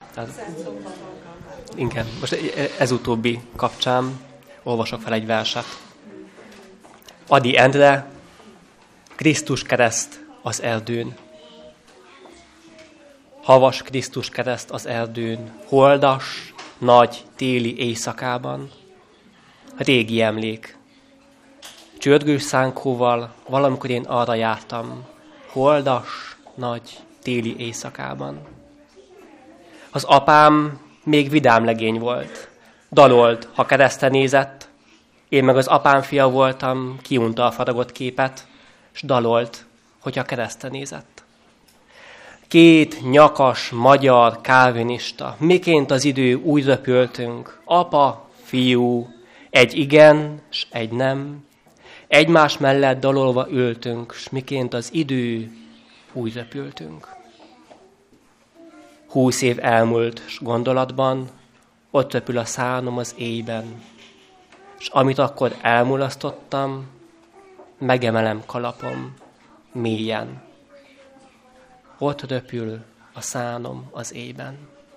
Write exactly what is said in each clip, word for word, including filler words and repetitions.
Tehát, igen, most ez utóbbi kapcsán olvasok fel egy verset. Adi Endre, Krisztus kereszt az erdőn. Havas Krisztus kereszt az erdőn, holdas, nagy téli éjszakában. Régi emlék. Csörgős szánkóval valamikor én arra jártam, holdas, nagy téli éjszakában. Az apám még vidám legény volt. Dalolt, ha keresztre nézett. Én meg az apám fia voltam, kiunta a faragott képet, s dalolt, hogyha keresztre nézett. Két nyakas, magyar, kálvinista, miként az idő úgy röpültünk, apa, fiú, egy igen, s egy nem, egymás mellett dalolva ültünk, s miként az idő úgy röpültünk. Húsz év elmúlt, s gondolatban ott röpül a szánom az éjben, s amit akkor elmulasztottam, megemelem kalapom mélyen. Ott röpül a szánom az éjben.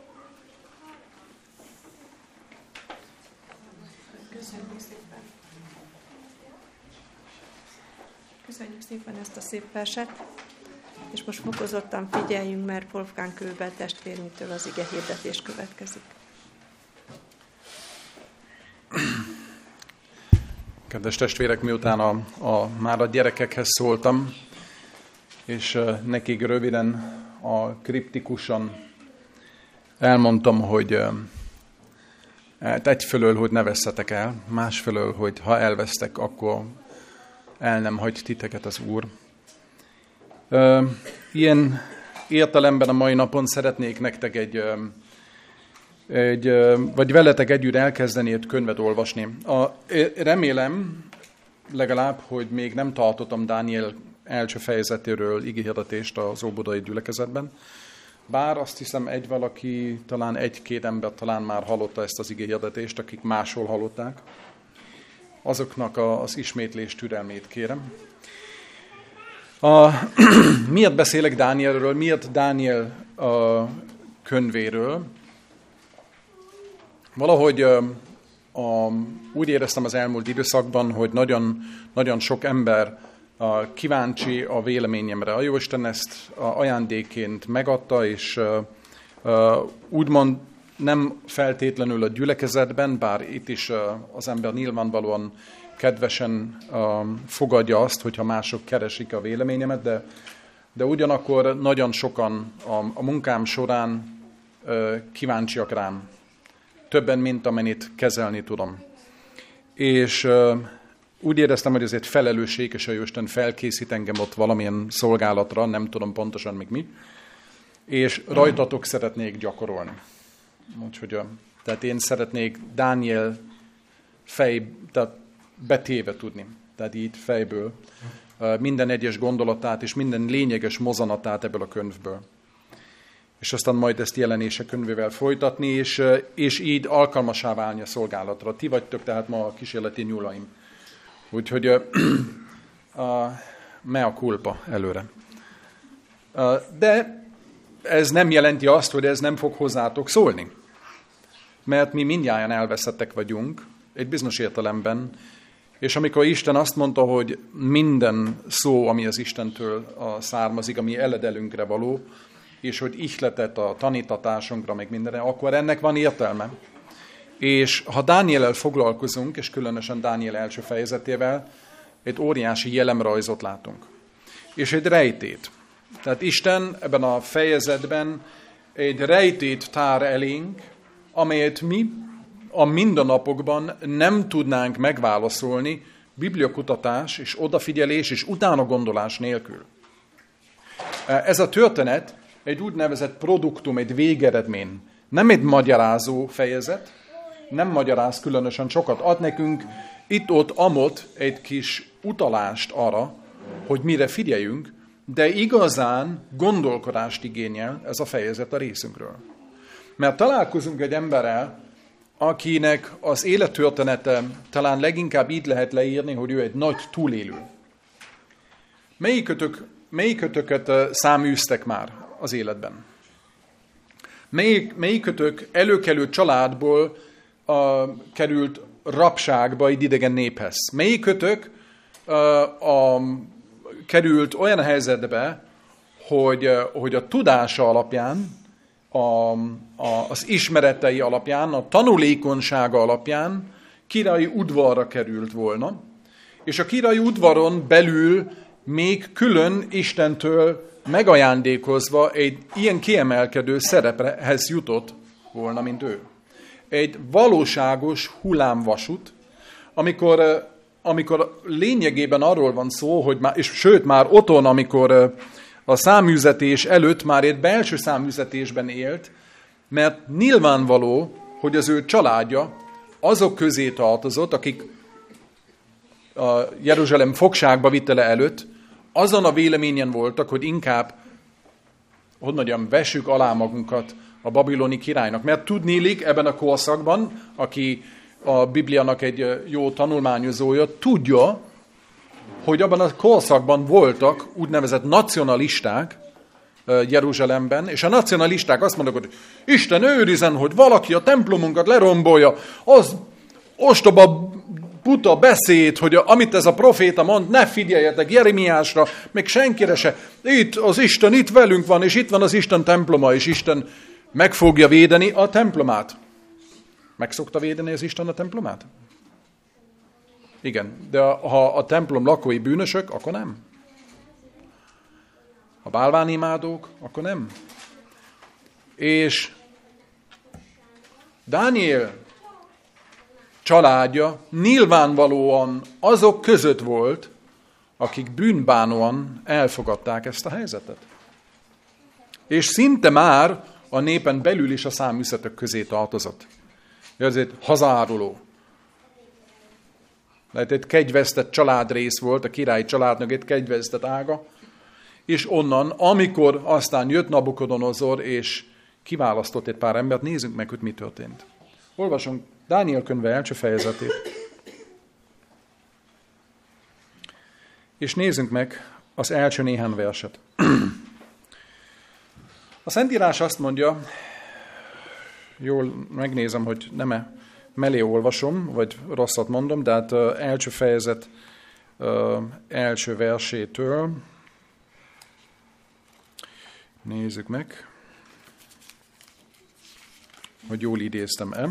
Köszönjük szépen. Köszönjük szépen ezt a szép verset, és most fokozottan figyeljünk, mert Wolfgang Köbel testvérünktől az ige hirdetés következik. Kedves testvérek, miután a, a, már a gyerekekhez szóltam, és uh, nekik röviden, a kriptikusan elmondtam, hogy uh, egyfelől, hogy ne vesszetek el, másfelől, hogy ha elvesztek, akkor el nem hagy titeket az Úr. Uh, ilyen értelemben a mai napon szeretnék nektek egy, uh, egy uh, vagy veletek együtt elkezdeni egy könyvet olvasni. A, remélem legalább, hogy még nem tartottam Dániel első fejezetéről igéhirdetést az óbudai gyülekezetben. Bár azt hiszem, egy valaki, talán egy-két ember talán már hallotta ezt az igéhirdetést, akik máshol hallották. Azoknak az ismétlés türelmét kérem. A, miért beszélek Dánielről? Miért Dániel a könyvéről? Valahogy a, a, úgy éreztem az elmúlt időszakban, hogy nagyon, nagyon sok ember a, kíváncsi a véleményemre. A Jóisten ezt a ajándékként megadta, és a, a, úgymond nem feltétlenül a gyülekezetben, bár itt is a, az ember nyilvánvalóan kedvesen a, fogadja azt, hogyha mások keresik a véleményemet, de, de ugyanakkor nagyon sokan a, a munkám során a, kíváncsiak rám. Többen, mint amennyit kezelni tudom. És uh, úgy éreztem, hogy ez egy felelősség, és a Jóisten felkészít engem ott valamilyen szolgálatra, nem tudom pontosan még mi, és rajtatok szeretnék gyakorolni. Úgyhogy, uh, tehát én szeretnék Dániel fej, tehát betéve tudni, tehát így fejből uh, minden egyes gondolatát és minden lényeges mozanatát ebből a könyvből. És aztán majd ezt Jelenések könyvével folytatni, és, és így alkalmassá válni a szolgálatra. Ti vagytok tehát ma a kísérleti nyúlaim. Úgyhogy a, a mea culpa előre. De ez nem jelenti azt, hogy ez nem fog hozzátok szólni. Mert mi mindjárt elveszettek vagyunk, egy bizonyos értelemben, és amikor Isten azt mondta, hogy minden szó, ami az Istentől származik, ami eledelünkre való, és hogy ihletet a tanítatásunkra, meg mindenre, akkor ennek van értelme. És ha Dániellel foglalkozunk, és különösen Dániel első fejezetével, egy óriási jellemrajzot látunk. És egy rejtét. Tehát Isten ebben a fejezetben egy rejtét tár elénk, amelyet mi a mindennapokban nem tudnánk megválaszolni bibliakutatás és odafigyelés és utána gondolás nélkül. Ez a történet egy úgynevezett produktum, egy végeredmény. Nem egy magyarázó fejezet, nem magyaráz különösen sokat. Ad nekünk itt-ott, amott egy kis utalást arra, hogy mire figyeljünk, de igazán gondolkodást igényel ez a fejezet a részünkről. Mert találkozunk egy emberrel, akinek az élettörténete talán leginkább így lehet leírni, hogy ő egy nagy túlélő. Melyikötök, melyikötöket száműztek már az életben? Melyik, melyikötök előkelő családból uh, került rabságba egy idegen néphez? Melyikötök uh, a, került olyan helyzetbe, hogy, uh, hogy a tudása alapján, a, a, az ismeretei alapján, a tanulékonysága alapján királyi udvarra került volna, és a királyi udvaron belül még külön Istentől megajándékozva egy ilyen kiemelkedő szerephez jutott volna, mint ő. Egy valóságos hullámvasút, amikor, amikor lényegében arról van szó, hogy már, és sőt már otthon, amikor a száműzetés előtt már egy belső száműzetésben élt, mert nyilvánvaló, hogy az ő családja azok közé tartozott, akik a Jeruzsálem fogságba vitele előtt azon a véleményen voltak, hogy inkább, hogy mondjam, vessük alá magunkat a babiloni királynak. Mert tudnélik ebben a korszakban, aki a Bibliának egy jó tanulmányozója, tudja, hogy abban a korszakban voltak úgynevezett nacionalisták Jeruzsálemben, és a nacionalisták azt mondják, hogy Isten őrizen, hogy valaki a templomunkat lerombolja, az ostoba buta beszéd, hogy amit ez a proféta mond, ne figyeljetek Jeremiásra, még senkire se. Itt az Isten, itt velünk van, és itt van az Isten temploma, és Isten meg fogja védeni a templomát. Meg szokta védeni az Isten a templomát? Igen, de ha a templom lakói bűnösök, akkor nem. A bálványimádók, akkor nem. És Dániel családja nyilvánvalóan azok között volt, akik bűnbánóan elfogadták ezt a helyzetet. És szinte már a népen belül is a száműzetek közé tartozott. Ez egy hazáruló. Lehet egy kegyvesztett családrész volt, a királyi családnak egy kegyvesztett ága, és onnan, amikor aztán jött Nabukodonozor, és kiválasztott egy pár embert, nézzük meg, hogy mi történt. Olvasunk Dániel könyve első fejezetét. És nézzünk meg az első néhány verset. A Szentírás azt mondja, jól megnézem, hogy nem-e mellé olvasom, vagy rosszat mondom, de hát uh, első fejezet uh, első versétől nézzük meg, hogy jól idéztem-e.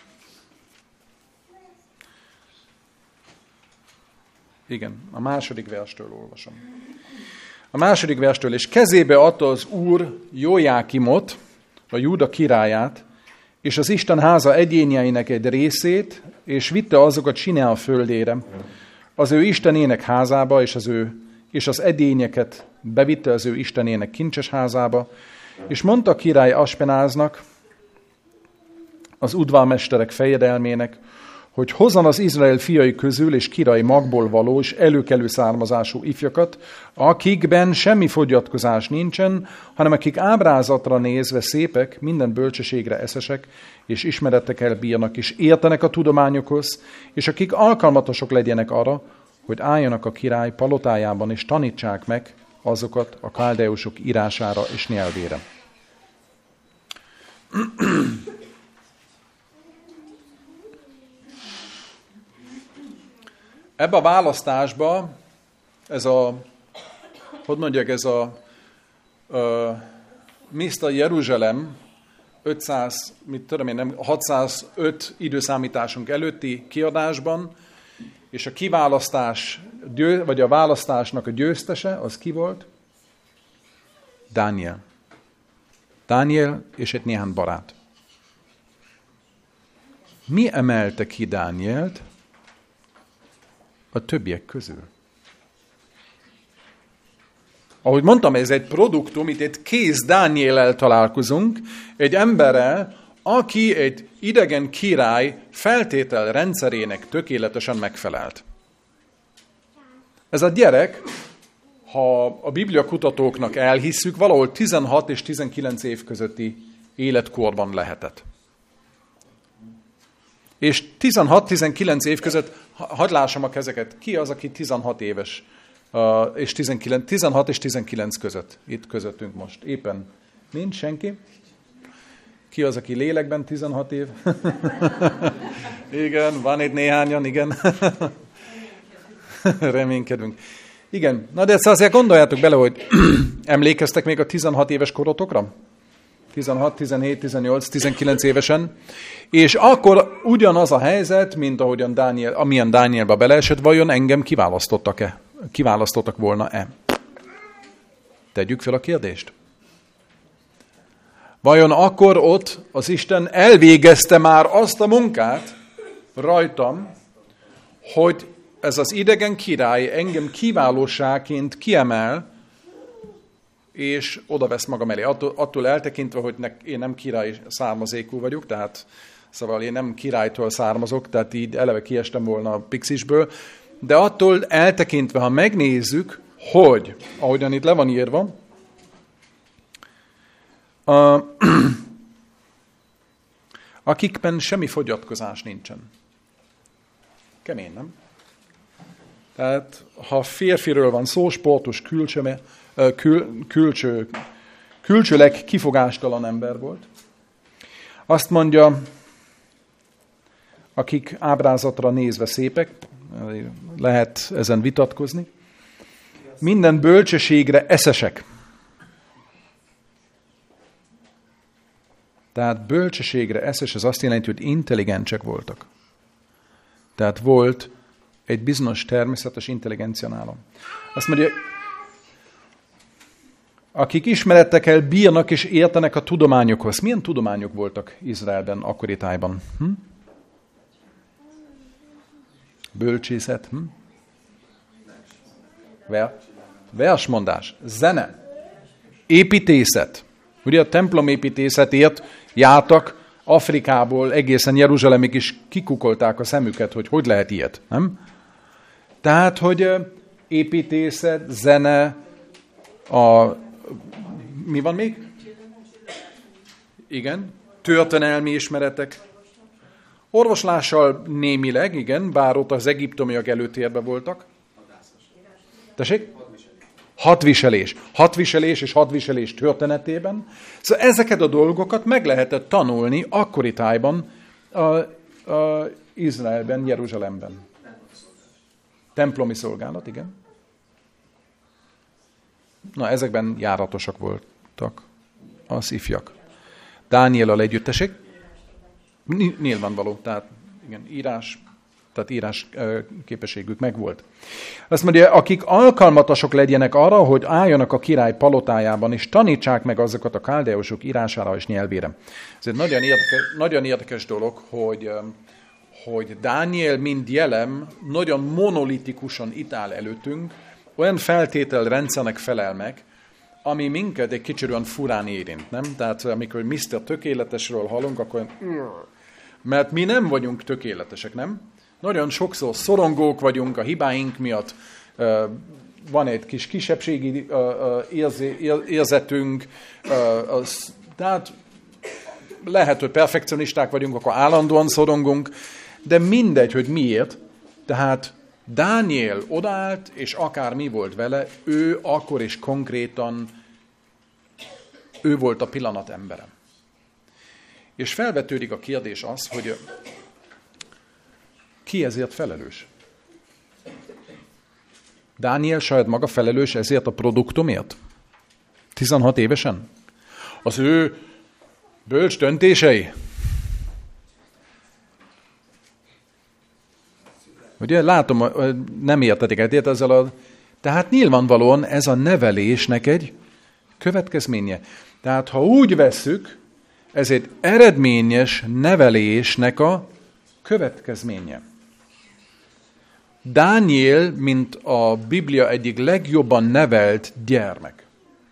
Igen, a második verstől olvasom. A második verstől, és kezébe adta az Úr Jójákimot, a Júda királyát, és az Isten háza egyénjeinek egy részét, és vitte azokat Sineá földére, az ő istenének házába, és az, ő, és az edényeket bevitte az ő istenének kincses házába, és mondta a király Aspenáznak, az udvarmesterek fejedelmének, hogy hozzon az Izrael fiai közül és királyi magból való és előkelő származású ifjakat, akikben semmi fogyatkozás nincsen, hanem akik ábrázatra nézve szépek, minden bölcsességre eszesek, és ismerettekkel bírnak, és értenek a tudományokhoz, és akik alkalmatosok legyenek arra, hogy álljanak a király palotájában, és tanítsák meg azokat a káldeusok írására és nyelvére. Ebbe a választásba ez a, hogy mondják, ez a uh, miszter Jeruzsálem ötszáz, mit tudom én, nem, hatszázöt időszámításunk előtti kiadásban, és a kiválasztás, vagy a választásnak a győztese, az ki volt? Dániel. Dániel és egy néhány barát. Mi emelte ki Dánielt a többiek közül? Ahogy mondtam, ez egy produktum, itt egy kész Dániellel találkozunk, egy emberrel, aki egy idegen király feltétel rendszerének tökéletesen megfelelt. Ez a gyerek, ha a bibliakutatóknak elhisszük, valahol tizenhat és tizenkilenc év közötti életkorban lehetett. És tizenhat-tizenkilenc év között, hadd lássam a kezeket, ki az, aki tizenhat éves, és tizenkilenc, tizenhat és tizenkilenc között, itt közöttünk most. Éppen nincs senki. Ki az, aki lélekben tizenhat év? Igen, van itt néhányan, igen. Reménykedünk. Igen, na de ezt azért gondoljátok bele, hogy emlékeztek még a tizenhat éves korotokra? tizenhat, tizenhét, tizennyolc, tizenkilenc évesen. És akkor ugyanaz a helyzet, mint ahogyan Dániel, amilyen Dánielbe beleesett, vajon engem kiválasztottak-e? Kiválasztottak volna-e? Tegyük fel a kérdést. Vajon akkor ott az Isten elvégezte már azt a munkát rajtam, hogy ez az idegen király engem kiválóságként kiemel, és oda vesz magam elé. Attól, attól eltekintve, hogy ne, én nem király származékú vagyok, tehát szóval én nem királytól származok, tehát így eleve kiestem volna a pixisből, de attól eltekintve, ha megnézzük, hogy, ahogyan itt le van írva, a, akikben semmi fogyatkozás nincsen. Kemény, nem? Tehát, ha férfiről van szó, sportos, külcsöme, kül, külcső, külcsőleg kifogástalan ember volt. Azt mondja, akik ábrázatra nézve szépek, lehet ezen vitatkozni, minden bölcsességre eszesek. Tehát bölcsességre eszes, ez azt jelenti, hogy intelligensek voltak. Tehát volt egy bizonyos természetes intelligencia nálam. Azt mondja, akik ismerettekkel bírnak és értenek a tudományokhoz. Milyen tudományok voltak Izraelben akkori tájban? Hm? Bölcsészet? Hm? Ver? Versmondás, zene, építészet. Ugye a templomépítészetért jártak Afrikából egészen Jeruzsálemig is kikukolták a szemüket, hogy hogy lehet ilyet, nem? Tehát, hogy építészet, zene, a... mi van még? Igen, történelmi ismeretek. Orvoslással némileg, igen, bár ott az egyiptomiak előtérben voltak. Tessék? Hadviselés. Hadviselés és hadviselés történetében. Szóval ezeket a dolgokat meg lehetett tanulni akkori tájban a, a Izraelben, Jeruzsálemben. Templomi szolgálat, igen. Na, ezekben járatosak voltak az ifjak. Dániellal együtt, tessék? Nyilvánvaló, tehát igen, írás, tehát írás képességük megvolt. Azt mondja, akik alkalmatosok legyenek arra, hogy álljanak a király palotájában, és tanítsák meg azokat a káldeusok írására és nyelvére. Ez egy nagyon érdekes, nagyon érdekes dolog, hogy, hogy Dániel mind jelem nagyon monolitikusan itt áll előttünk, olyan feltételrendszernek felel meg, ami minket egy kicsit olyan furán érint, nem? Tehát amikor miszter Tökéletesről hallunk, akkor mert mi nem vagyunk tökéletesek, nem? Nagyon sokszor szorongók vagyunk a hibáink miatt, van egy kis kisebbségi érzetünk, tehát lehet, hogy perfekcionisták vagyunk, akkor állandóan szorongunk, de mindegy, hogy miért. Tehát Dániel odállt, és akár mi volt vele, ő akkor is konkrétan, ő volt a pillanat embere. És felvetődik a kérdés az, hogy ki ezért felelős? Dániel saját maga felelős ezért a produktumért? tizenhat évesen? Az ő bölcs döntései? Ugye, látom, nem értetik egyet ezzel a... Tehát nyilvánvalóan ez a nevelésnek egy következménye. Tehát ha úgy vesszük, ez egy eredményes nevelésnek a következménye. Dániel, mint a Biblia egyik legjobban nevelt gyermek.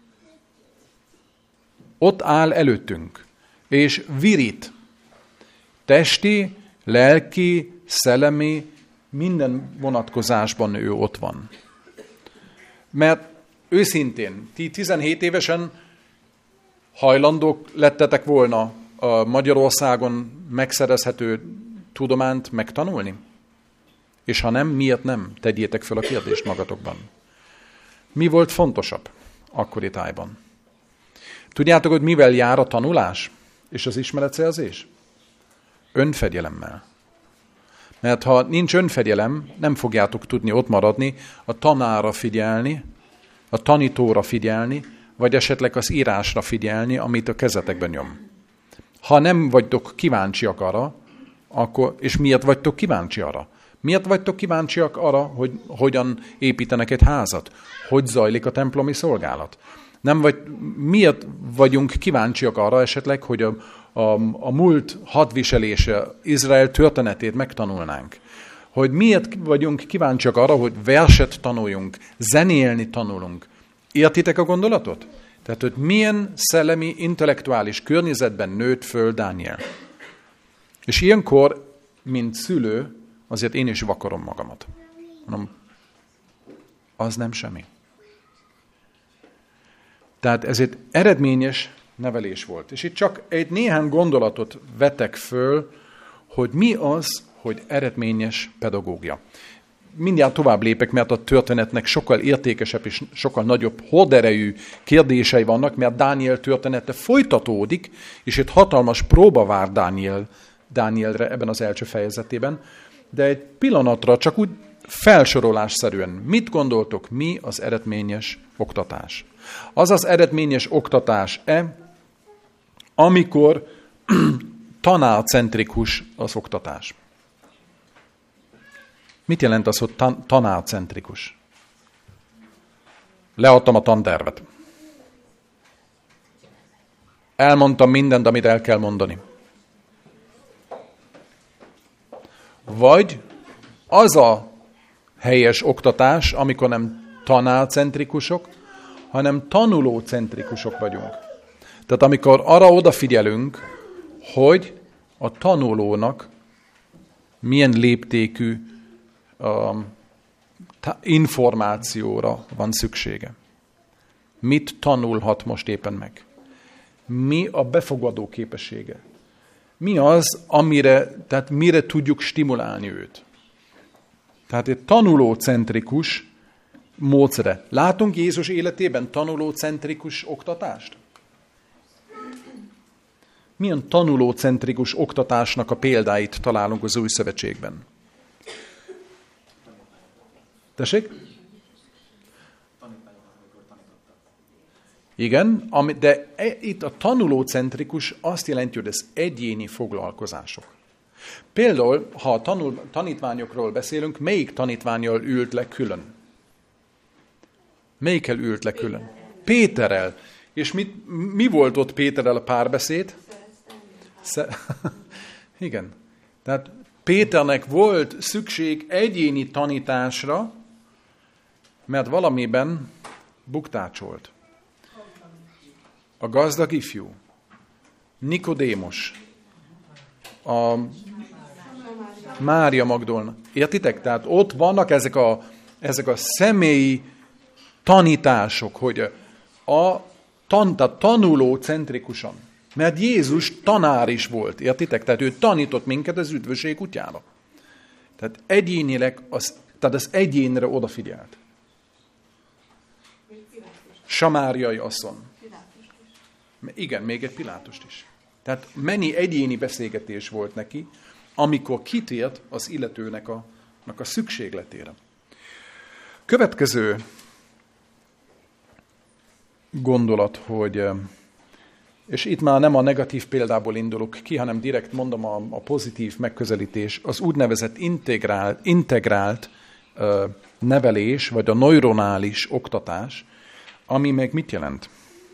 Ott áll előttünk, és virít. Testi, lelki, szellemi, minden vonatkozásban ő ott van. Mert őszintén, ti tizenhét évesen hajlandók lettetek volna a Magyarországon megszerezhető tudományt megtanulni? És ha nem, miért nem? Tegyétek fel a kérdést magatokban. Mi volt fontosabb akkori tájban? Tudjátok, hogy mivel jár a tanulás? És az ismeretszerzés? Önfegyelemmel. Mert ha nincs önfegyelem, nem fogjátok tudni ott maradni, a tanára figyelni, a tanítóra figyelni, vagy esetleg az írásra figyelni, amit a kezetekben nyom. Ha nem vagytok kíváncsiak arra, akkor, és miért vagytok kíváncsi arra? Miért vagytok kíváncsiak arra, hogy hogyan építenek egy házat? Hogy zajlik a templomi szolgálat? Nem vagy, miért vagyunk kíváncsiak arra esetleg, hogy a, a, a múlt hadviselése, Izrael történetét megtanulnánk? Hogy miért vagyunk kíváncsiak arra, hogy verset tanuljunk, zenélni tanulunk? Értitek a gondolatot? Tehát, hogy milyen szellemi, intellektuális környezetben nőtt föl Dániel. És ilyenkor, mint szülő, azért én is vakarom magamat. Mondom, az nem semmi. Tehát ez egy eredményes nevelés volt. És itt csak egy néhány gondolatot vetek föl, hogy mi az, hogy eredményes pedagógia. Mindjárt tovább lépek, mert a történetnek sokkal értékesebb és sokkal nagyobb horderejű kérdései vannak, mert Dániel története folytatódik, és itt hatalmas próba vár Dániel, Dánielre ebben az első fejezetében. De egy pillanatra csak úgy felsorolásszerűen, mit gondoltok, mi az eredményes oktatás? Az az eredményes oktatás-e, amikor tanárcentrikus az oktatás? Mit jelent az, hogy tan- tanárcentrikus? Leadtam a tantervet. Elmondtam mindent, amit el kell mondani. Vagy az a helyes oktatás, amikor nem tanárcentrikusok, hanem tanulócentrikusok vagyunk. Tehát amikor arra odafigyelünk, hogy a tanulónak milyen léptékű um, információra van szüksége. Mit tanulhat most éppen meg? Mi a befogadó képessége? Mi az, amire, tehát mire tudjuk stimulálni őt? Tehát egy tanulócentrikus módszere. Látunk Jézus életében tanulócentrikus oktatást? Milyen tanulócentrikus oktatásnak a példáit találunk az Új Szövetségben? Tessék? Igen, de itt a tanulócentrikus azt jelenti, hogy ez egyéni foglalkozások. Például, ha a tanul, tanítványokról beszélünk, melyik tanítvánnyal ült le külön? Melyikkel ült le külön? Péterrel. És mit, mi volt ott Péterrel a párbeszéd? Sze- Igen. Tehát Péternek volt szükség egyéni tanításra, mert valamiben buktácsolt. A gazdag ifjú, Nikodémos, a Mária Magdolna. Értitek? Tehát ott vannak ezek a, ezek a személyi tanítások, hogy a tan, tanuló centrikusan. Mert Jézus tanár is volt, értitek? Tehát ő tanított minket az üdvösség útjára. Tehát egyénileg, az, tehát az egyénre odafigyelt. Samáriai asszony. Igen, még egy Pilátust is. Tehát mennyi egyéni beszélgetés volt neki, amikor kitért az illetőnek a, a szükségletére. Következő gondolat, hogy, és itt már nem a negatív példából indulok ki, hanem direkt mondom a, a pozitív megközelítés, az úgynevezett integrált, integrált uh, nevelés, vagy a neuronális oktatás, ami meg mit jelent?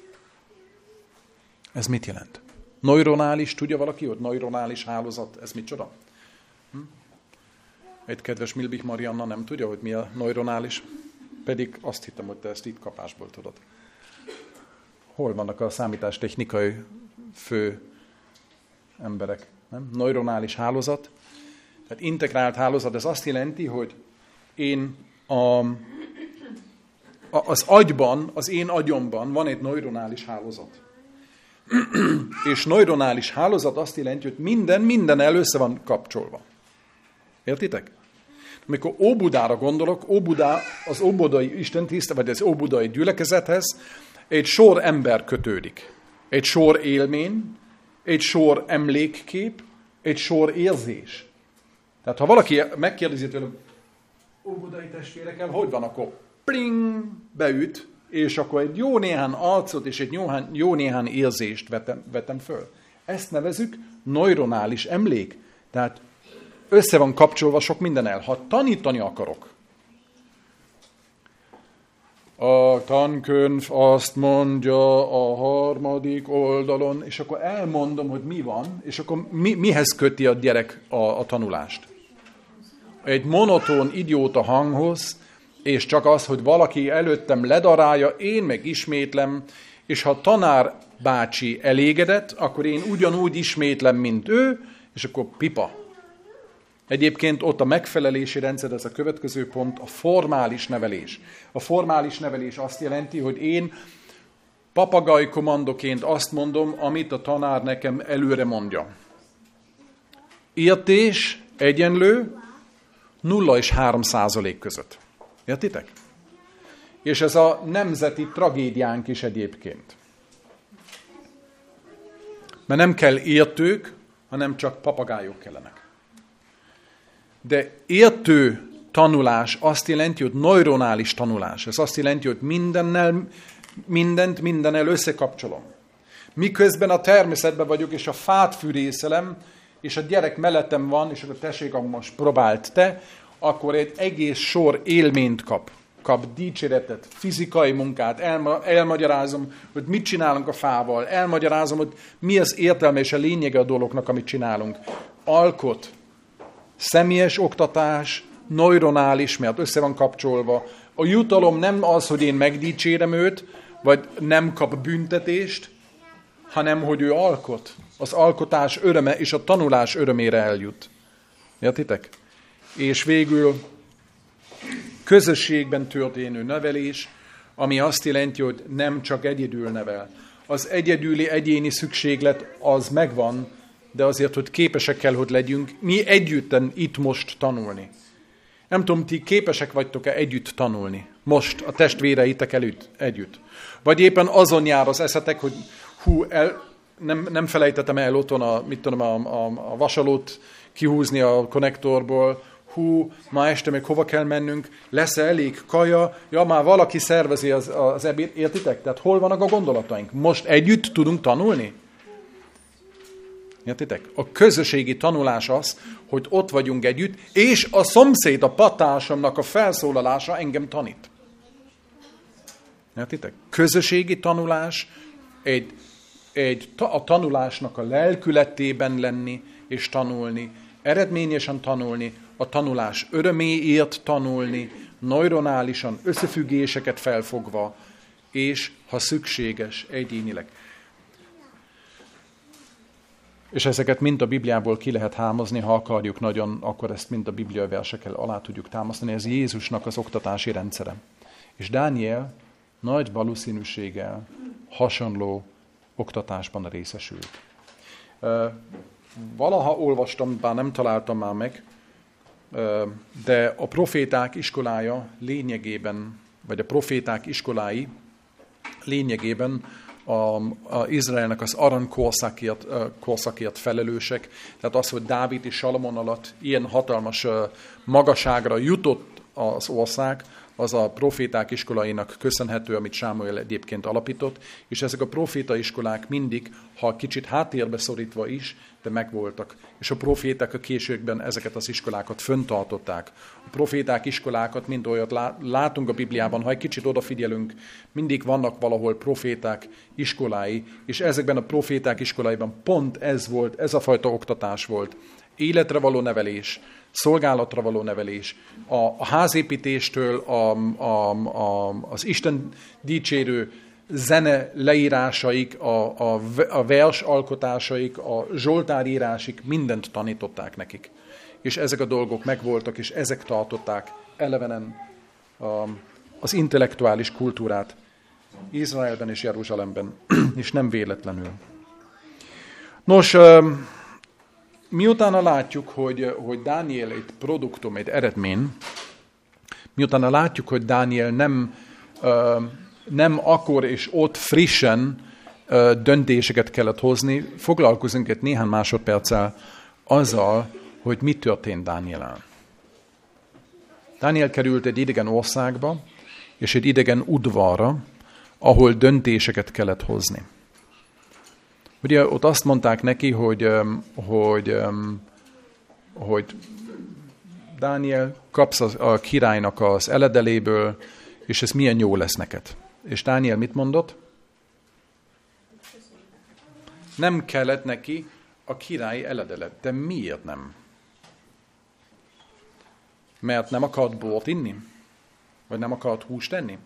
Ez mit jelent? Neuronális, tudja valaki, hogy neuronális hálózat, ez micsoda? Hm? Egy kedves Milbich Marianna nem tudja, hogy mi a neuronális, pedig azt hittem, hogy te ezt itt kapásból tudod. Hol vannak a számítástechnikai fő emberek? Nem? Neuronális hálózat. Tehát integrált hálózat, ez azt jelenti, hogy én a, a, az agyban, az én agyomban van egy neuronális hálózat. És neuronális hálózat azt jelenti, hogy minden, minden össze van kapcsolva. Értitek? Amikor Óbudára gondolok, Óbudá, az óbudai istentiszte, vagy az óbudai gyülekezethez egy sor ember kötődik. Egy sor élmény, egy sor emlékkép, egy sor érzés. Tehát ha valaki megkérdezi tőlem, óbudai testvérekkel, hogy van, akkor pling, beüt, és akkor egy jó néhány arcot és egy jó, jó néhány érzést vetem, vetem föl. Ezt nevezük neuronális emlék. Tehát össze van kapcsolva sok mindennel. Ha tanítani akarok, a tankönyv azt mondja a harmadik oldalon, és akkor elmondom, hogy mi van, és akkor mi, mihez köti a gyerek a, a tanulást. Egy monotón, idióta hanghoz, és csak az, hogy valaki előttem ledarálja, én meg ismétlem, és ha tanár bácsi elégedett, akkor én ugyanúgy ismétlem, mint ő, és akkor pipa. Egyébként ott a megfelelési rendszer, ez a következő pont, a formális nevelés. A formális nevelés azt jelenti, hogy én papagaj kommandoként azt mondom, amit a tanár nekem előre mondja. Értés egyenlő nulla és három százalék között. Értitek? És ez a nemzeti tragédiánk is egyébként. Mert nem kell értők, hanem csak papagájok kellenek. De értő tanulás azt jelenti, hogy neuronális tanulás. Ez azt jelenti, hogy mindennel, mindent mindennel összekapcsolom. Miközben a természetben vagyok, és a fát fűrészelem, és a gyerek mellettem van, és akkor tessék, akkor most próbált te, akkor egy egész sor élményt kap. Kap dicséretet, fizikai munkát, elma, elmagyarázom, hogy mit csinálunk a fával, elmagyarázom, hogy mi az értelme és a lényege a dolognak, amit csinálunk. Alkot, személyes oktatás, neuronális, mert össze van kapcsolva. A jutalom nem az, hogy én megdicsérem őt, vagy nem kap büntetést, hanem, hogy ő alkot. Az alkotás öröme és a tanulás örömére eljut. Értitek? És végül közösségben történő nevelés, ami azt jelenti, hogy nem csak egyedül nevel. Az egyedüli egyéni szükséglet az megvan, de azért, hogy képesek kell, hogy legyünk, mi együtten itt most tanulni. Nem tudom, ti képesek vagytok-e együtt tanulni? Most a testvéreitek előtt együtt. Vagy éppen azon jár az eszetek, hogy hú, el, nem, nem felejtettem el otthon a, mit tudom, a, a, a vasalót kihúzni a konnektorból, hú, ma este még hova kell mennünk, lesz elég kaja, ja, már valaki szervezi az, az ebéd, értitek? Tehát hol vannak a gondolataink? Most együtt tudunk tanulni? Értitek? A közösségi tanulás az, hogy ott vagyunk együtt, és a szomszéd, a patársamnak a felszólalása engem tanít. Értitek? Közösségi tanulás, egy, egy, a tanulásnak a lelkületében lenni és tanulni, eredményesen tanulni, a tanulás öröméért tanulni, neuronálisan összefüggéseket felfogva, és ha szükséges, egyénileg. És ezeket mind a Bibliából ki lehet hámozni, ha akarjuk nagyon, akkor ezt mind a Biblia versekkel alá tudjuk támasztani. Ez Jézusnak az oktatási rendszere. És Dániel nagy valószínűséggel hasonló oktatásban részesült. Valaha olvastam, bár nem találtam már meg, de a proféták iskolája lényegében, vagy a proféták iskolái lényegében a, a Izraelnek az aranykorszakért korszakért felelősek. Tehát az, hogy Dávid és Salamon alatt ilyen hatalmas magasságra jutott az ország, az a proféták iskolainak köszönhető, amit Sámuel egyébként alapított, és ezek a profétaiskolák mindig, ha kicsit háttérbe szorítva is, de megvoltak. És a proféták a későkben ezeket az iskolákat föntartották. A proféták iskolákat, mint olyat látunk a Bibliában, ha egy kicsit odafigyelünk, mindig vannak valahol proféták iskolái, és ezekben a proféták iskoláiban pont ez volt, ez a fajta oktatás volt. Életre való nevelés, szolgálatra való nevelés, a, a házépítéstől a, a, a, az Isten dicsérő zene leírásaik, a, a, a vers alkotásaik, a zsoltárírásig mindent tanították nekik. És ezek a dolgok megvoltak, és ezek tartották elevenen a, az intellektuális kultúrát Izraelben és Jeruzsálemben, és nem véletlenül. Nos, miután látjuk, hogy, hogy Dániel egy produktum, egy eredmény, miután látjuk, hogy Dániel nem, nem akkor és ott frissen döntéseket kellett hozni. Foglalkozunk egy néhány másodperccel azzal, hogy mi történt Dániellel. Dániel került egy idegen országba, és egy idegen udvarra, ahol döntéseket kellett hozni. Ugye ott azt mondták neki, hogy, hogy, hogy Dániel, kapsz a királynak az eledeléből, és ez milyen jó lesz neked. És Dániel mit mondott? Nem kellett neki a király eledelet. De miért nem? Mert nem akart bort inni? Vagy nem akart húst enni?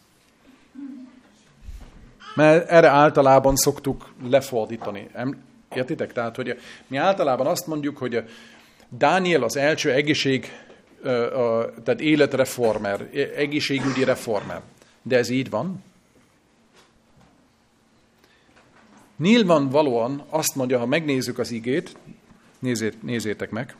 Mert erre általában szoktuk lefordítani. Értitek? Tehát, hogy mi általában azt mondjuk, hogy Dániel az első egészség, tehát életreformer, egészségügyi reformer. De ez így van? Nyilvánvalóan azt mondja, ha megnézzük az igét, nézzét, nézzétek meg,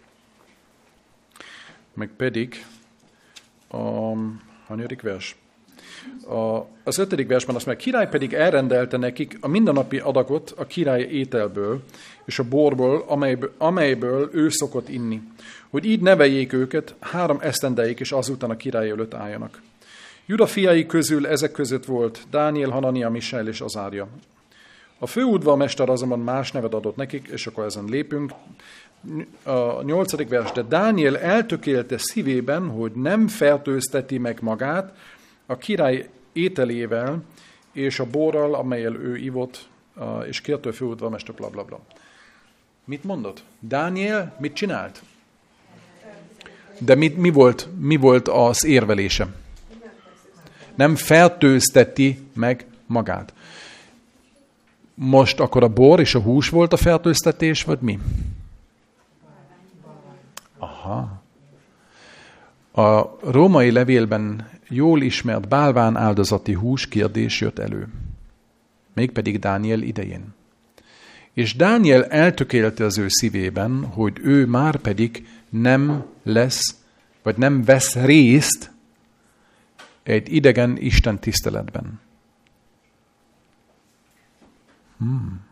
meg pedig a hanyadik vers. A, az ötödik versben azt mondja, király pedig elrendelte nekik a mindennapi adagot a király ételből és a borból, amelyből, amelyből ő szokott inni, hogy így neveljék őket három esztendeig, és azután a király előtt álljanak. Juda fiai közül ezek között volt Dániel, Hanania, Misael és Azária. A főudvarmester azonban más nevet adott nekik, és akkor ezen lépünk. A nyolcadik vers, de Dániel eltökélte szívében, hogy nem fertőzteti meg magát a király ételével és a borral, amelyel ő ivott, és kérte a főudvarmester, bla bla bla. Mit mondott? Dániel mit csinált? De mi, mi, volt, mi volt az érvelése? Nem fertőzteti meg magát. Most akkor a bor és a hús volt a fertőztetés, vagy mi? Aha. A római levélben jól ismert bálván áldozati hús kérdés jött elő. Mégpedig Dániel idején. És Dániel eltökélte az ő szívében, hogy ő már pedig nem lesz, vagy nem vesz részt egy idegen Isten tiszteletben. Hmm.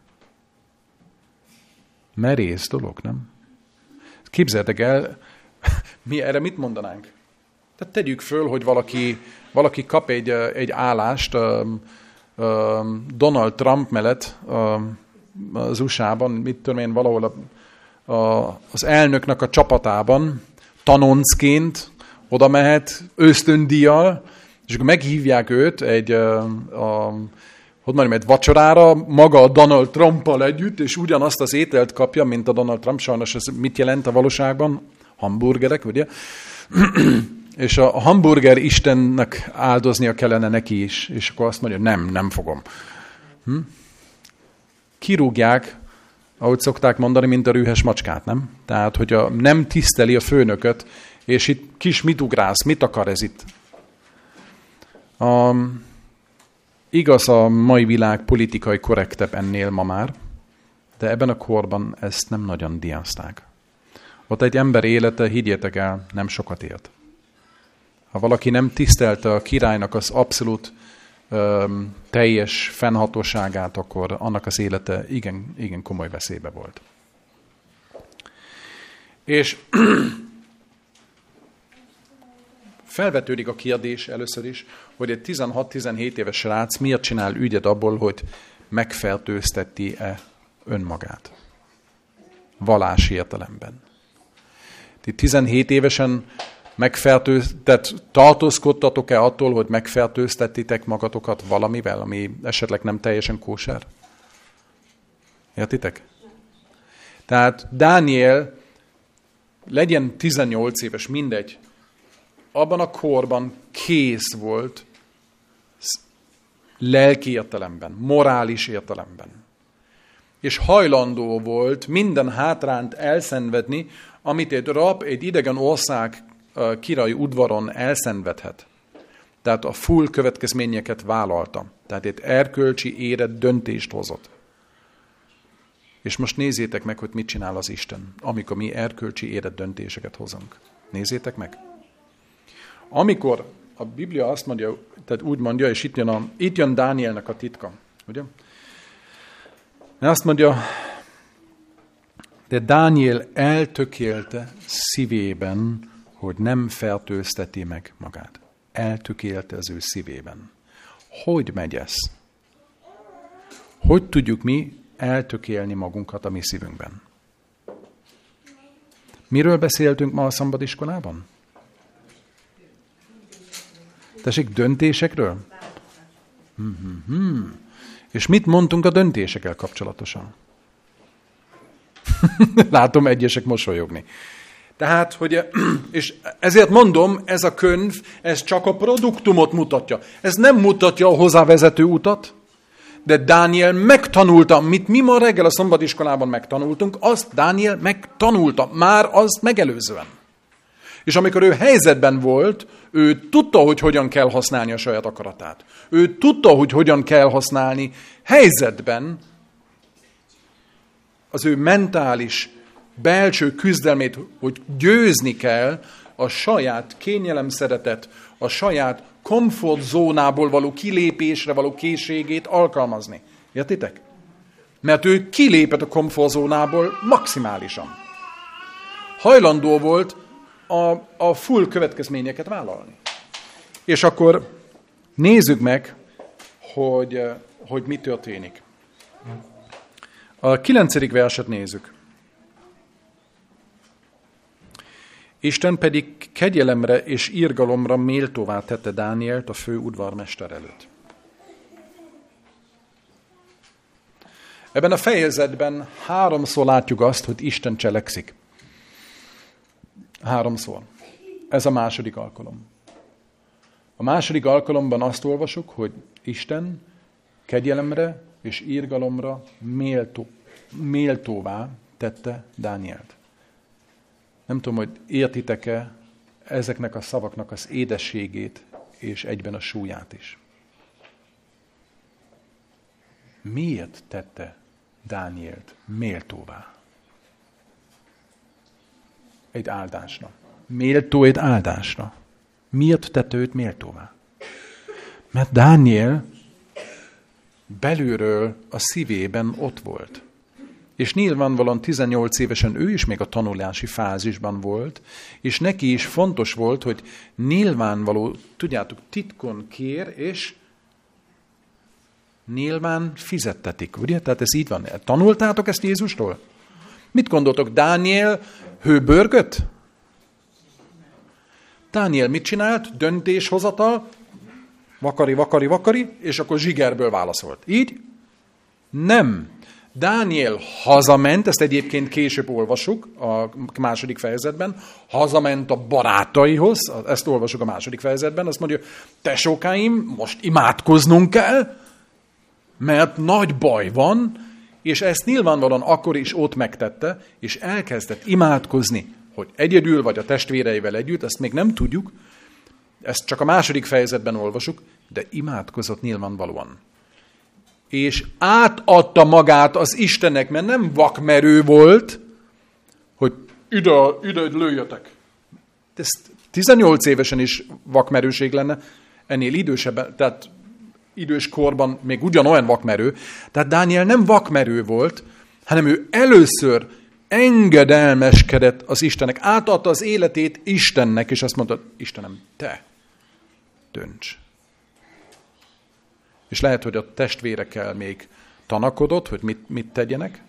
Merész dolog, nem? Képzeljétek el, mi erre mit mondanánk? Tehát tegyük föl, hogy valaki, valaki kap egy, egy állást um, um, Donald Trump mellett um, az u es á-ban, mit tudom én, valahol a, a, az elnöknek a csapatában, tanoncként oda mehet ösztöndíjjal, és akkor meghívják őt egy, a, a, hogy mondjam, egy vacsorára, maga a Donald Trumpal együtt, és ugyanazt az ételt kapja, mint a Donald Trump. Sajnos ez mit jelent a valóságban? Hamburgerek, ugye? És a hamburger Istennek áldoznia kellene neki is, és akkor azt mondja, nem, nem fogom. Hm? Kirúgják, ahogy szokták mondani, mint a rühes macskát, nem? Tehát, hogy a, nem tiszteli a főnököt, és itt kis mit ugrálsz, mit akar ez itt? A, igaz, a mai világ politikai korrektebb ennél ma már, de ebben a korban ezt nem nagyon diázták. Ott egy ember élete, higgyétek el, nem sokat élt. Ha valaki nem tisztelte a királynak az abszolút öm, teljes fennhatóságát, akkor annak az élete igen, igen komoly veszélybe volt. És felvetődik a kérdés először is, hogy egy tizenhat-tizenhét éves srác miért csinál ügyet abból, hogy megfertőzteti-e önmagát. Vallási értelemben. Ti tizenhét évesen megfertőztet, tartózkodtatok-e attól, hogy megfertőztetitek magatokat valamivel, ami esetleg nem teljesen kóser? Értitek? Tehát Dániel legyen tizennyolc éves, mindegy, abban a korban kész volt lelki értelemben, morális értelemben. És hajlandó volt minden hátrányt elszenvedni, amit egy rab, egy idegen ország királyi udvaron elszenvedhet. Tehát a full következményeket vállalta. Tehát egy erkölcsi érett döntést hozott. És most nézzétek meg, hogy mit csinál az Isten, amikor mi erkölcsi érett döntéseket hozunk. Nézzétek meg. Amikor a Biblia azt mondja, tehát úgy mondja, és itt jön, a, itt jön Dánielnek a titka, ugye? Azt mondja, de Dániel eltökélte szívében, hogy nem fertőzteti meg magát. Eltökélte az ő szívében. Hogy megy ez? Hogy tudjuk mi eltökélni magunkat a mi szívünkben? Miről beszéltünk ma a szombatiskolában? Tessék, döntésekről? Hmm-hmm-hmm. És mit mondtunk a döntésekkel kapcsolatosan? Látom egyesek mosolyogni. Tehát, hogy, és ezért mondom, ez a könyv, ez csak a produktumot mutatja. Ez nem mutatja a hozzávezető utat, de Dániel megtanulta, mit mi ma reggel a szombatiskolában megtanultunk, azt Dániel megtanulta, már azt megelőzően. És amikor ő helyzetben volt, ő tudta, hogy hogyan kell használni a saját akaratát. Ő tudta, hogy hogyan kell használni helyzetben az ő mentális, belső küzdelmét, hogy győzni kell a saját kényelemszeretet, a saját komfortzónából való kilépésre való készségét alkalmazni. Értitek? Mert ő kilépett a komfortzónából maximálisan. Hajlandó volt a, a full következményeket vállalni. És akkor nézzük meg, hogy, hogy mi történik. A kilencedik verset nézzük. Isten pedig kegyelemre és irgalomra méltóvá tette Dánielt a fő udvarmester előtt. Ebben a fejezetben háromszor látjuk azt, hogy Isten cselekszik. Háromszor. Ez a második alkalom. A második alkalomban azt olvasjuk, hogy Isten kegyelemre és irgalomra méltó, méltóvá tette Dánielt. Nem tudom, hogy értitek-e ezeknek a szavaknak az édességét és egyben a súlyát is. Miért tette Dánielt méltóvá? Egy áldásra. Méltó egy áldásra. Miért tette őt méltóvá? Mert Dániel belülről a szívében ott volt. És nyilvánvalóan tizennyolc évesen ő is még a tanulási fázisban volt, és neki is fontos volt, hogy nyilvánvaló, tudjátok, titkon kér, és nyilván fizettetik, ugye? Tehát ez így van. Tanultátok ezt Jézustól? Mit gondoltok? Dániel hőbörgött? Dániel mit csinált? Döntéshozatal, vakari, vakari, vakari, és akkor zsigerből válaszolt. Így? Nem. Dániel hazament, ezt egyébként később olvasjuk a második fejezetben, hazament a barátaihoz, ezt olvasjuk a második fejezetben, azt mondja, tesókáim, most imádkoznunk kell, mert nagy baj van, és ezt nyilvánvalóan akkor is ott megtette, és elkezdett imádkozni, hogy egyedül vagy a testvéreivel együtt, ezt még nem tudjuk, ezt csak a második fejezetben olvasjuk, de imádkozott nyilvánvalóan. És átadta magát az Istennek, mert nem vakmerő volt, hogy ide, ide lőjötek. Ez tizennyolc évesen is vakmerőség lenne, ennél idősebben, tehát idős korban még ugyanolyan vakmerő. Tehát Dániel nem vakmerő volt, hanem ő először engedelmeskedett az Istennek. Átadta az életét Istennek, és azt mondta, Istenem, te dönts. És lehet, hogy a testvérekkel még tanakodott, hogy mit, mit tegyenek,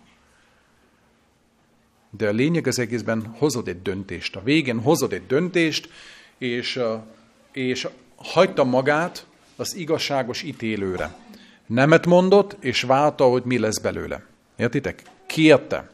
de a lényeg az egészben hozod egy döntést. A végén hozod egy döntést, és, és hagyta magát az igazságos ítélőre. Nemet mondott, és várta, hogy mi lesz belőle. Értitek? Kérte.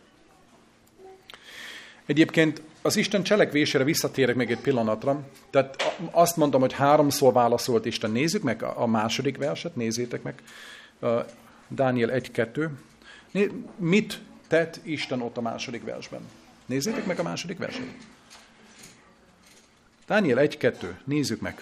Egyébként az Isten cselekvésére visszatérek még egy pillanatra. Tehát azt mondtam, hogy háromszor válaszolt Isten. Nézzük meg a második verset, nézzétek meg. Dániel egy kettő. Mit tett Isten ott a második versben? Nézzétek meg a második verset. Dániel egy kettő. Nézzük meg.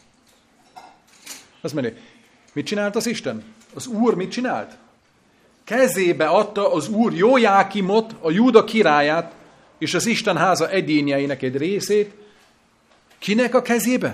Azt mondja, mit csinált az Isten? Az Úr mit csinált? Kezébe adta az Úr Jójákimot, a Júda királyát, és az Isten háza edényeinek egy részét. Kinek a kezébe?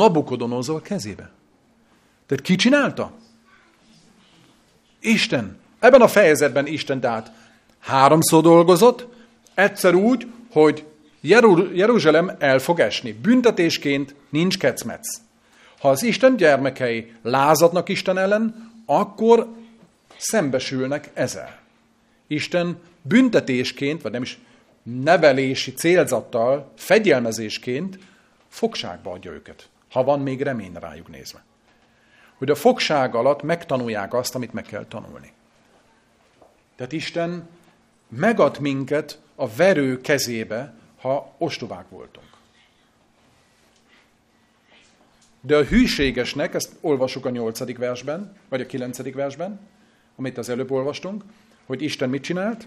Nabukodonozor kezébe. Tehát ki csinálta? Isten. Ebben a fejezetben Isten tehát háromszor dolgozott, egyszer úgy, hogy Jeruzsálem el fog esni. Büntetésként nincs kecmec. Ha az Isten gyermekei lázadnak Isten ellen, akkor szembesülnek ezzel. Isten büntetésként, vagy nem is nevelési célzattal, fegyelmezésként fogságba adja őket, ha van még remény rájuk nézve. Hogy a fogság alatt megtanulják azt, amit meg kell tanulni. Tehát Isten megad minket a verő kezébe, ha ostobák voltunk. De a hűségesnek, ezt olvassuk a nyolcadik versben, vagy a kilencedik versben, amit az előbb olvastunk, hogy Isten mit csinált.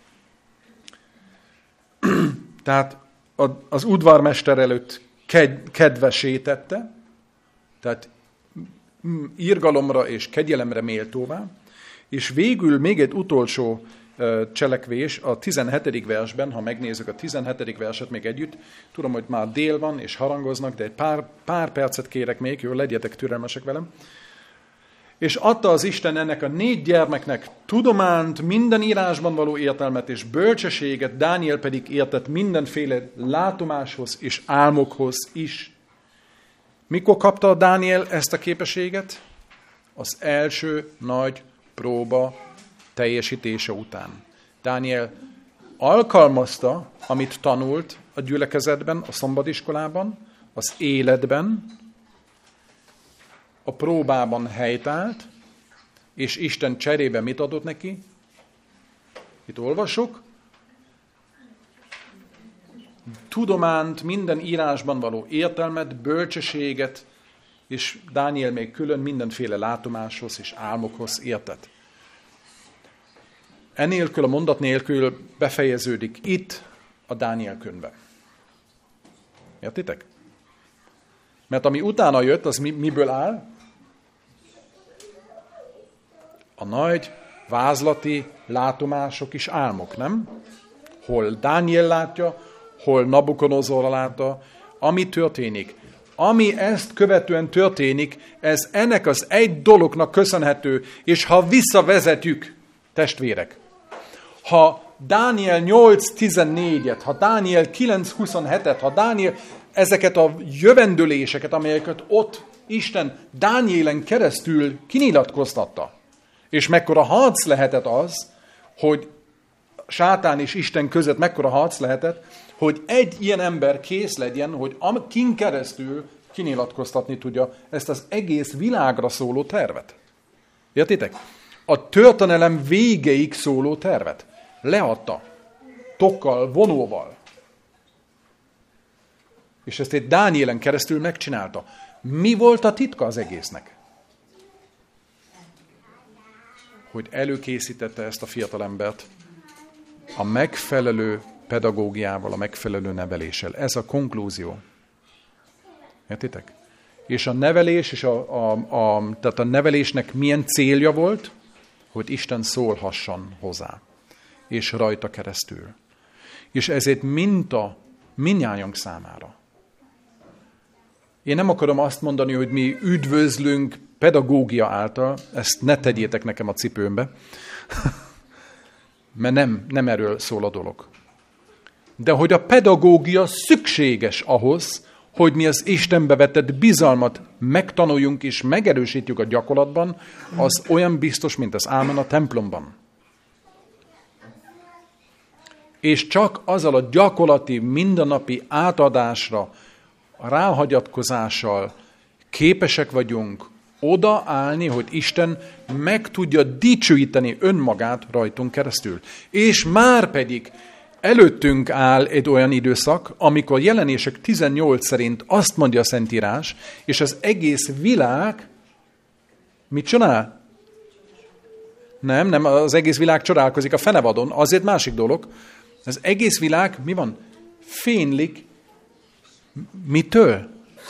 Tehát az udvarmester előtt kedvessé tette, tehát irgalomra és kegyelemre méltóvá, és végül még egy utolsó cselekvés a tizenhetedik versben, ha megnézzük a tizenhetedik verset még együtt, tudom, hogy már dél van, és harangoznak, de egy pár, pár percet kérek még, jó, legyetek türelmesek velem. És adta az Isten ennek a négy gyermeknek tudománt, minden írásban való értelmet és bölcsességet, Dániel pedig értett mindenféle látomáshoz és álmokhoz is. Mikor kapta Dániel ezt a képességet? Az első nagy próba teljesítése után. Dániel alkalmazta, amit tanult a gyülekezetben, a szombatiskolában, az életben, a próbában helytált, és Isten cserébe mit adott neki? Itt olvassuk. Tudománt, minden írásban való értelmet, bölcsességet, és Dániel még külön mindenféle látomáshoz és álmokhoz értett. Enélkül, a mondat nélkül befejeződik itt a Dániel könyve. Értitek? Mert ami utána jött, az mi, miből áll? A nagy vázlati látomások és álmok, nem? Hol Dániel látja, hol Nabukodonozor látta, ami történik. Ami ezt követően történik, ez ennek az egy dolognak köszönhető, és ha visszavezetjük, testvérek, ha Dániel nyolc tizennégyet, ha Dániel kilenc huszonhetet, ha Dániel ezeket a jövendőléseket, amelyeket ott Isten Dánielen keresztül kinyilatkoztatta, és mekkora harc lehetett az, hogy sátán és Isten között mekkora harc lehetett, hogy egy ilyen ember kész legyen, hogy kin keresztül kinyilatkoztatni tudja ezt az egész világra szóló tervet. Értitek? A történelem végeig szóló tervet. Leadta. Tokkal, vonóval. És ezt egy Dánielen keresztül megcsinálta. Mi volt a titka az egésznek? Hogy előkészítette ezt a fiatalembert a megfelelő pedagógiával, a megfelelő neveléssel. Ez a konklúzió. Értitek? És a nevelés, és a, a, a, tehát a nevelésnek milyen célja volt? Hogy Isten szólhasson hozzá. És rajta keresztül. És ez egy minta mindnyájunk számára. Én nem akarom azt mondani, hogy mi üdvözlünk pedagógia által, ezt ne tegyétek nekem a cipőmbe, mert nem, nem erről szól a dolog. De hogy a pedagógia szükséges ahhoz, hogy mi az Istenbe vetett bizalmat megtanuljunk és megerősítjük a gyakorlatban, az olyan biztos, mint az ámen a templomban. És csak azzal a gyakorlati, mindennapi átadásra, a ráhagyatkozással képesek vagyunk odaállni, hogy Isten meg tudja dicsőíteni önmagát rajtunk keresztül. És már pedig előttünk áll egy olyan időszak, amikor Jelenések tizennyolc szerint azt mondja a Szentírás, és az egész világ mit csinál? Nem, nem, az egész világ csodálkozik a fenevadon, azért másik dolog. Az egész világ mi van? Fénylik. Mitől?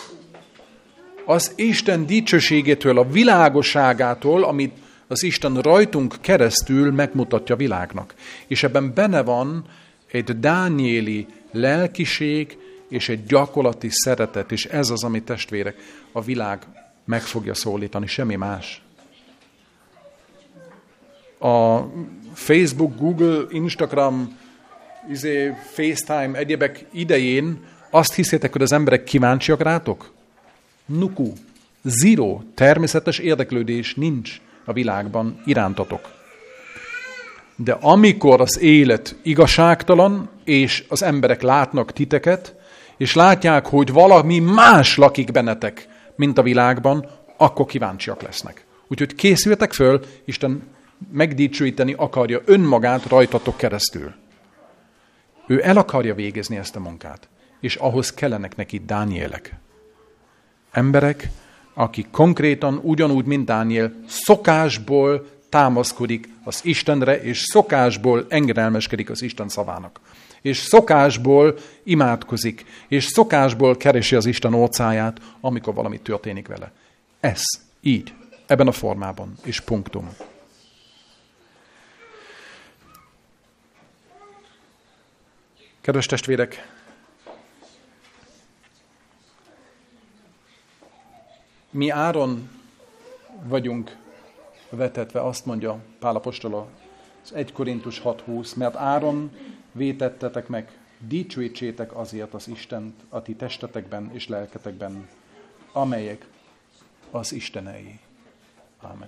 Az Isten dicsőségétől, a világosságától, amit az Isten rajtunk keresztül megmutatja a világnak. És ebben benne van egy dánieli lelkiség és egy gyakorlati szeretet, és ez az, ami testvérek, a világ meg fogja szólítani, semmi más. a Facebook, Google, Instagram, izé, FaceTime, egyébek idején azt hiszétek, hogy az emberek kíváncsiak rátok? Nuku. Zero. Természetes érdeklődés nincs a világban irántatok. De amikor az élet igazságtalan, és az emberek látnak titeket, és látják, hogy valami más lakik bennetek, mint a világban, akkor kíváncsiak lesznek. Úgyhogy készüljetek föl, Isten megdicsőíteni akarja önmagát rajtatok keresztül. Ő el akarja végezni ezt a munkát, és ahhoz kellenek neki Dánielek. Emberek, akik konkrétan ugyanúgy, mint Dániel, szokásból támaszkodik az Istenre, és szokásból engedelmeskedik az Isten szavának. És szokásból imádkozik, és szokásból keresi az Isten orcáját, amikor valami történik vele. Ez így, ebben a formában, és punktum. Kedves testvérek, mi áron vagyunk vetetve, azt mondja Pál apostol az egy Korintus hat húsz, mert áron vétettetek meg, dicsőítsétek azért az Istent a ti testetekben és lelketekben, amelyek az Istenei. Ámen.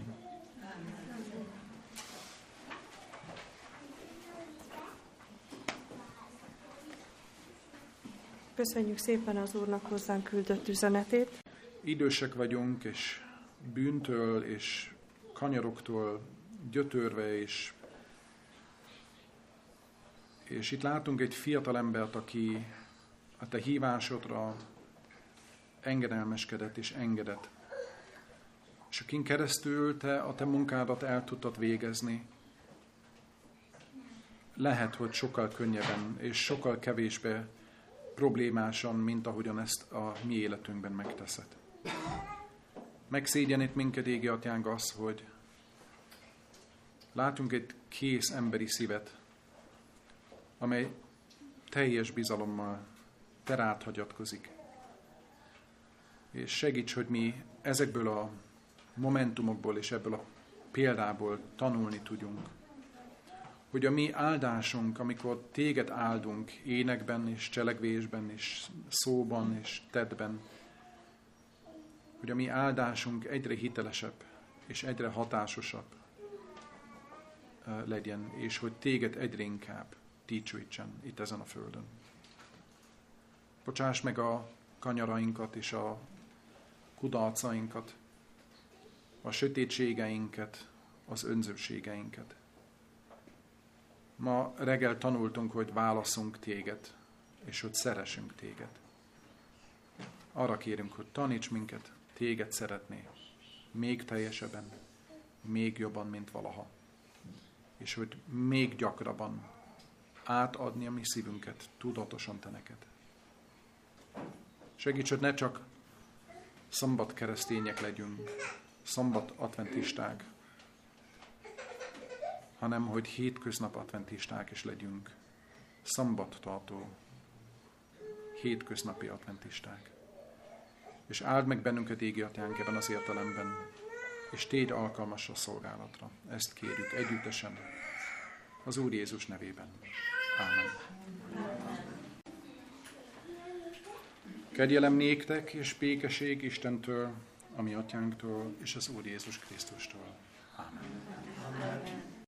Köszönjük szépen az Úrnak hozzánk küldött üzenetét. Idősek vagyunk, és bűntől, és kanyaroktól gyötörve, és, és itt látunk egy fiatal embert, aki a te hívásodra engedelmeskedett és engedett. És akin keresztül te a te munkádat el tudtad végezni, lehet, hogy sokkal könnyebben és sokkal kevésbé problémásan, mint ahogyan ezt a mi életünkben megteszed. Megszégyenít minket, égi atyánk, az, hogy látunk egy kész emberi szívet, amely teljes bizalommal te rád hagyatkozik. És segíts, hogy mi ezekből a momentumokból és ebből a példából tanulni tudjunk. Hogy a mi áldásunk, amikor téged áldunk énekben és cselekvésben és szóban és tettben, hogy a mi áldásunk egyre hitelesebb és egyre hatásosabb legyen, és hogy téged egyre inkább dicsőítsen itt ezen a földön. Bocsáss meg a kanyarainkat és a kudarcainkat, a sötétségeinket, az önzőségeinket. Ma reggel tanultunk, hogy válaszunk téged, és hogy szeressünk téged. Arra kérünk, hogy taníts minket téged szeretni, még teljesebben, még jobban, mint valaha. És hogy még gyakrabban átadni a mi szívünket tudatosan te neked. Segíts, hogy ne csak szombat keresztények legyünk, szombat adventisták, hanem hogy hétköznap adventisták is legyünk, szombattartó, hétköznapi adventisták. És áld meg bennünket, égi atyánk, ebben az értelemben, és tégy alkalmas a szolgálatra. Ezt kérjük együttesen, az Úr Jézus nevében. Ámen. Kegyelem néktek, és békesség Istentől, a mi atyánktól, és az Úr Jézus Krisztustól. Ámen.